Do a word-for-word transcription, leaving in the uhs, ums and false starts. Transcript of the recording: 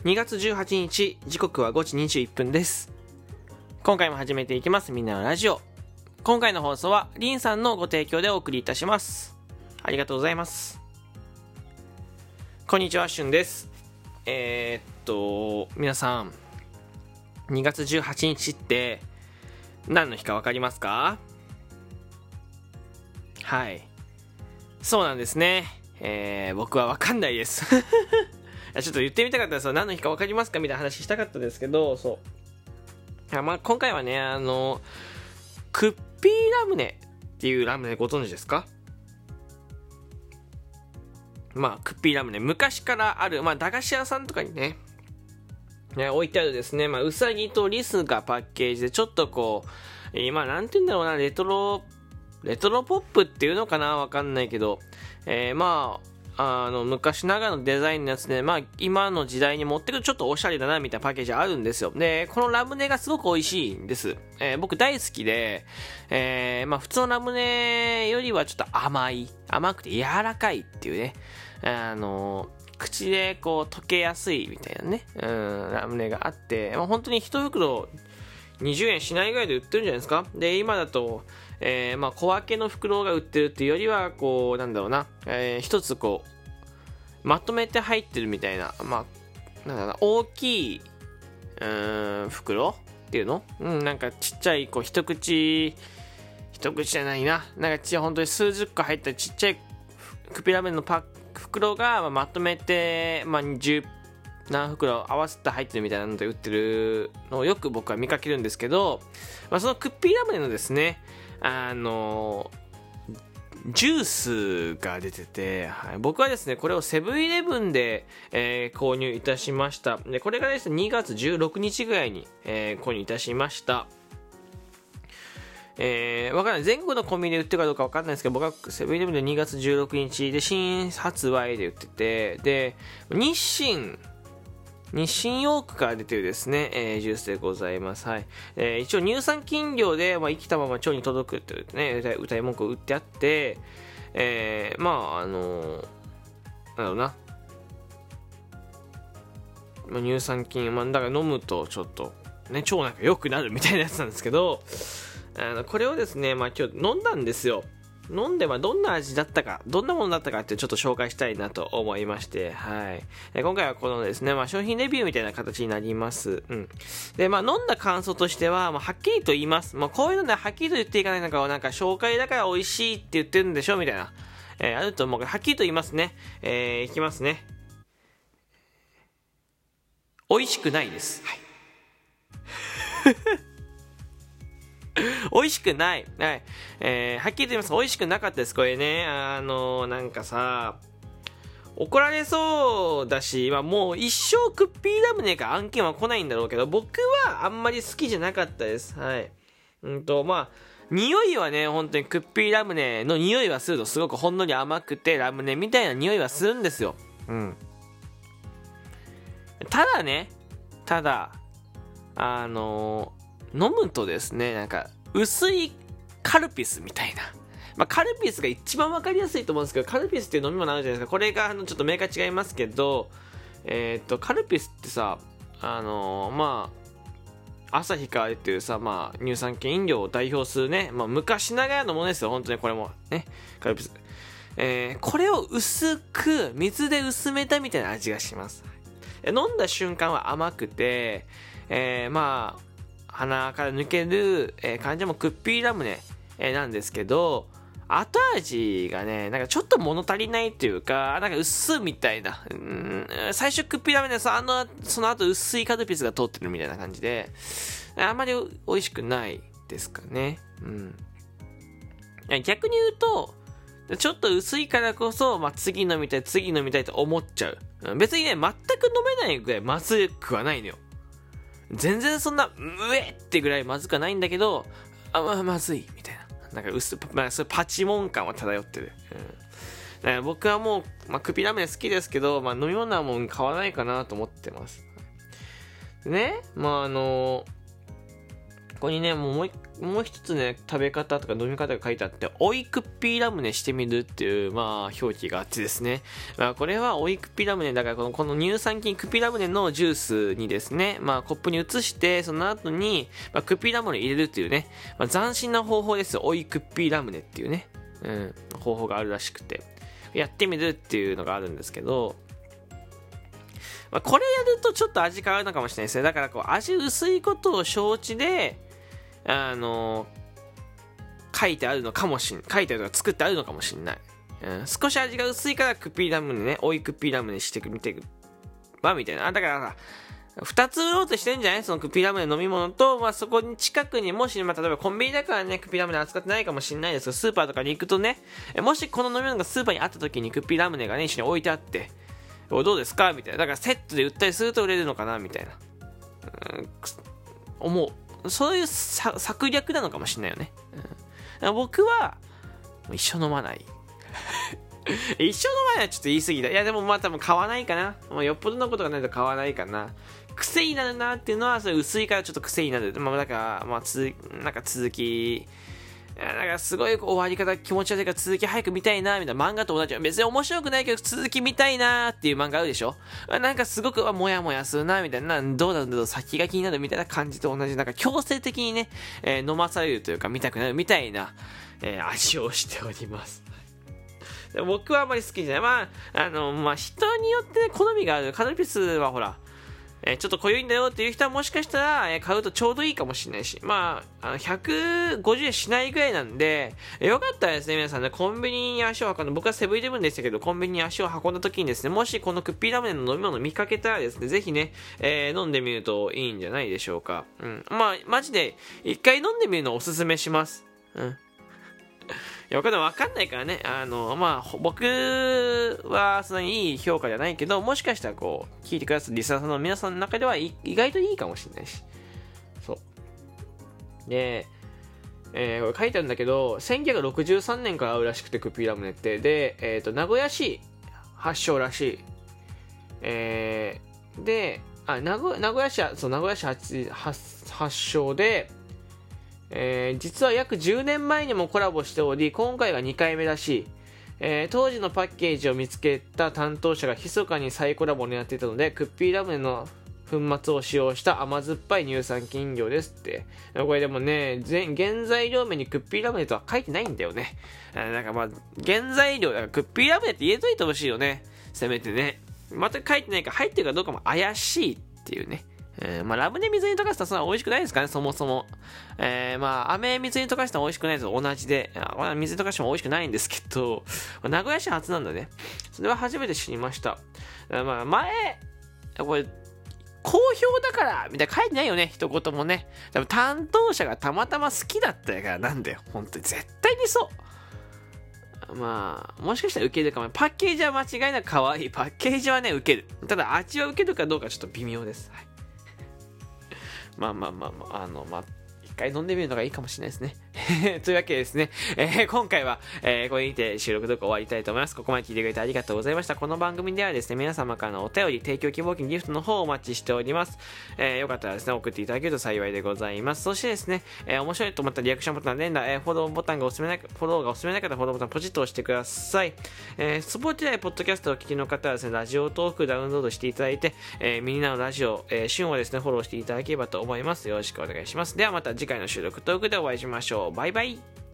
にがつじゅうはちにち、時刻はごじにじゅういっぷんです。今回も始めていきます、みんなのラジオ。今回の放送はリンさんのご提供でお送りいたします。ありがとうございます。こんにちは、しゅんです。えー、っと皆さん、にがつじゅうはちにちって何の日か分かりますか？はい、そうなんですね。えー、僕は分かんないですちょっと言ってみたかったですよ。何の日か分かりますかみたいな話したかったですけど、そうまあ、今回はね、あのクッピーラムネっていうラムネご存知ですか？まあクッピーラムネ、昔からある、まあ、駄菓子屋さんとかにねね置いてあるですね、まあ、ウサギとリスがパッケージでちょっとこう今なんて言うんだろうな、レトロレトロポップっていうのかな、わかんないけど、えー、まああの昔ながらのデザインのやつで、まあ、今の時代に持ってくるちょっとおしゃれだなみたいなパッケージあるんですよ。でこのラムネがすごく美味しいんです、えー、僕大好きで、えーまあ、普通のラムネよりはちょっと甘い甘くて柔らかいっていうね、あの口でこう溶けやすいみたいなね、うん、ラムネがあって、まあ、本当に一袋にじゅうえんしないぐらいで売ってるんじゃないですか。で今だと、えーまあ、小分けの袋が売ってるっていうよりはこうなんだろうな、えー、一つこうまとめて入ってるみたいな、まあなんだろうな、大きい、うーん、袋っていうの、うん、なんかちっちゃいこう一口一口じゃないな、なんかち本当に数十個入ったちっちゃいクピラメンのパッ袋がまとめて、まあ、じゅう何袋合わせて入ってるみたいなので売ってるのをよく僕は見かけるんですけど、まあ、そのクッピーラムネのですね、あのジュースが出てて、はい、僕はですねこれをセブンイレブンで、えー、購入いたしました。でこれがですねにがつじゅうろくにちぐらいに、えー、購入いたしました。えー、わかんない、全国のコンビニで売ってるかどうかわかんないですけど、僕はセブンイレブンでにがつじゅうろくにちで新発売で売ってて、で日清日清ヨークから出てるですね、えー、ジュースでございます。はい、えー、一応乳酸菌量で、まあ、生きたまま腸に届くっていうね歌い、歌い文句を打ってあって、えー、まああのー、なんだろうな、まあ、乳酸菌、まあ、だから飲むとちょっとね腸内が良くなるみたいなやつなんですけど、あのこれをですね、まあ、今日飲んだんですよ。飲んで、まあ、どんな味だったか、どんなものだったかってちょっと紹介したいなと思いまして、はい。え今回はこのですね、まあ、商品レビューみたいな形になります。うん。で、まあ、飲んだ感想としては、まあ、はっきりと言います。まあ、こういうのではっきりと言っていかないのかは、なんか、紹介だから美味しいって言ってるんでしょみたいな。えー、あると思うから、はっきりと言いますね。えー、いきますね。美味しくないです。はい。美味しくない。はい。えー、はっきりと言います。美味しくなかったです。これね。あのー、なんかさ、怒られそうだし、まあ、もう一生クッピーラムネか案件は来ないんだろうけど、僕はあんまり好きじゃなかったです。はい。うんと、まあ、匂いはね、本当にクッピーラムネの匂いはするとすごくほんのり甘くて、ラムネみたいな匂いはするんですよ。うん。ただね、ただ、あのー、飲むとですね、なんか薄いカルピスみたいな、まあ、カルピスが一番わかりやすいと思うんですけど、カルピスっていう飲み物あるじゃないですか。これがあのちょっとメーカー違いますけど、えっとカルピスってさ、あのー、まあアサヒから出てるさ、まあ、乳酸菌飲料を代表するね、まあ、昔ながらのものですよ。本当にこれもね、カルピス、えー、これを薄く水で薄めたみたいな味がします。飲んだ瞬間は甘くて、えー、まあ鼻から抜ける、えー、感じもクッピーラムネ、えー、なんですけど、後味がね、なんかちょっと物足りないっていうか、なんか薄みたいな、うーん、最初クッピーラムネさ、あのその後薄いカルピスが通ってるみたいな感じで、あんまり美味しくないですかね。うん。逆に言うと、ちょっと薄いからこそ、まあ、次飲みたい次飲みたいと思っちゃう。別にね、全く飲めないぐらいまずくはないのよ。全然そんなうえってぐらいまずくはないんだけど、あ、まあ、まずいみたいな、なんか薄、まあ、そういうパチモン感は漂ってる。うん、だから僕はもう、まあ、クッピーラムネ好きですけど、まあ、飲み物はもう買わないかなと思ってます。でね、まああのここにね、もうもう、もう一つね、食べ方とか飲み方が書いてあって、追いクッピーラムネしてみるっていう、まあ、表記があってですね。まあ、これは追いクッピーラムネ、だからこの、この乳酸菌クッピーラムネのジュースにですね、まあ、コップに移して、その後に、まあ、クッピーラムネ入れるっていうね、まあ、斬新な方法ですよ。追いクッピーラムネっていうね、うん、方法があるらしくて。やってみるっていうのがあるんですけど、まあ、これやるとちょっと味変わるのかもしれないですね。だからこう味薄いことを承知で、あのー、書いてあるのかもしん書いてあるとか作ってあるのかもしれない。うん、少し味が薄いからクッピーラムネね、追いクッピーラムネしてみてはみたいな。あ、だからさ、二つ売ろうとしてんじゃないそのクッピーラムネ飲み物と、まあ、そこに近くにもし、まあ、例えばコンビニだからね、クッピーラムネ扱ってないかもしれないですけど、スーパーとかに行くとね、もしこの飲み物がスーパーにあった時にクッピーラムネがね、一緒に置いてあって、どうですかみたいな。だからセットで売ったりすると売れるのかなみたいな。うん、思う。そういう策略なのかもしれないよね。うん、僕は、一生飲まない。一生飲まないはちょっと言い過ぎだ。いやでもまあ多分買わないかな。もうよっぽどのことがないと買わないかな。癖になるなっていうのは、それ薄いからちょっと癖になる。まあだから、まあつ、なんか続き、なんかすごい終わり方気持ち悪いから続き早く見たいなみたいな。漫画と同じ。別に面白くないけど続き見たいなっていう漫画あるでしょ。なんかすごくモヤモヤするなみたいな。どうなんだろう先が気になるみたいな感じと同じ。なんか強制的にね、えー、飲まされるというか見たくなるみたいな、えー、味をしております。僕はあまり好きじゃない。まあ、あの、まあ、人によって、ね、好みがある。カルピスはほら、えー、ちょっと濃いんだよっていう人はもしかしたら、えー、買うとちょうどいいかもしれないし、まあ、あのひゃくごじゅうえんしないぐらいなんで、えー、よかったらですね、皆さんね、コンビニに足を運んで、僕はセブンイレブンでしたけど、コンビニに足を運んだ時にですね、もしこのクッピーラムネの飲み物を見かけたらですね、ぜひね、えー、飲んでみるといいんじゃないでしょうか。うん。まあ、マジで、一回飲んでみるのをおすすめします。うん。いや、わかんないからね。あの、まあ、僕はそんなにいい評価じゃないけど、もしかしたらこう、聞いてくださるリスナーさんの皆さんの中では意外といいかもしれないし。そう。で、えー、これ書いてあるんだけど、せんきゅうひゃくろくじゅうさんねんから会うらしくて、クッピーラムネって。で、えっと、名古屋市発祥らしい。えー、で、あ、名古名古屋市、そう、名古屋市 発, 発, 発祥で、えー、実は約じゅうねんまえにもコラボしており、今回がにかいめらしい。えー、当時のパッケージを見つけた担当者が密かに再コラボを狙っていたので、クッピーラムネの粉末を使用した甘酸っぱい乳酸菌飲料ですって。これでもね、原材料名にクッピーラムネとは書いてないんだよね。なんかまあ、原材料、だからクッピーラムネって言えといてほしいよね。せめてね。また書いてないから入ってるかどうかも怪しいっていうね。えー、まあ、ラムネ水に溶かしたらそんな美味しくないですかね、そもそも。えー、まあ、飴水に溶かしたら美味しくないですよ、同じで。水に溶かしても美味しくないんですけど、名古屋市初なんだね。それは初めて知りました。まあ、前、これ、好評だからみたいな書いてないよね、一言もね。多分担当者がたまたま好きだったからなんだよ、本当に。絶対にそう。まあ、もしかしたら受けるかも。パッケージは間違いなく可愛い。パッケージはね、受ける。ただ、味は受けるかどうかちょっと微妙です。はい。まあまあまあまあ、あの、まあ、一回飲んでみるのがいいかもしれないですね。というわけでですね、えー、今回は、えー、これにて収録動画終わりたいと思います。ここまで聞いてくれてありがとうございました。この番組ではですね、皆様からのお便り、提供希望金、ギフトの方をお待ちしております。えー、よかったらですね、送っていただけると幸いでございます。そしてですね、えー、面白いと思ったリアクションボタン、連打、えー、フォローボタンがおすすめな、フォローがおすすめな方はフォローボタンポチッと押してください。えー、スポーティファイポッドキャストをお聞きの方はですね、ラジオトークダウンロードしていただいて、えー、みんなのラジオ、えー、旬をですね、フォローしていただければと思います。よろしくお願いします。ではまた次回の収録トークでお会いしましょう。バイバイ。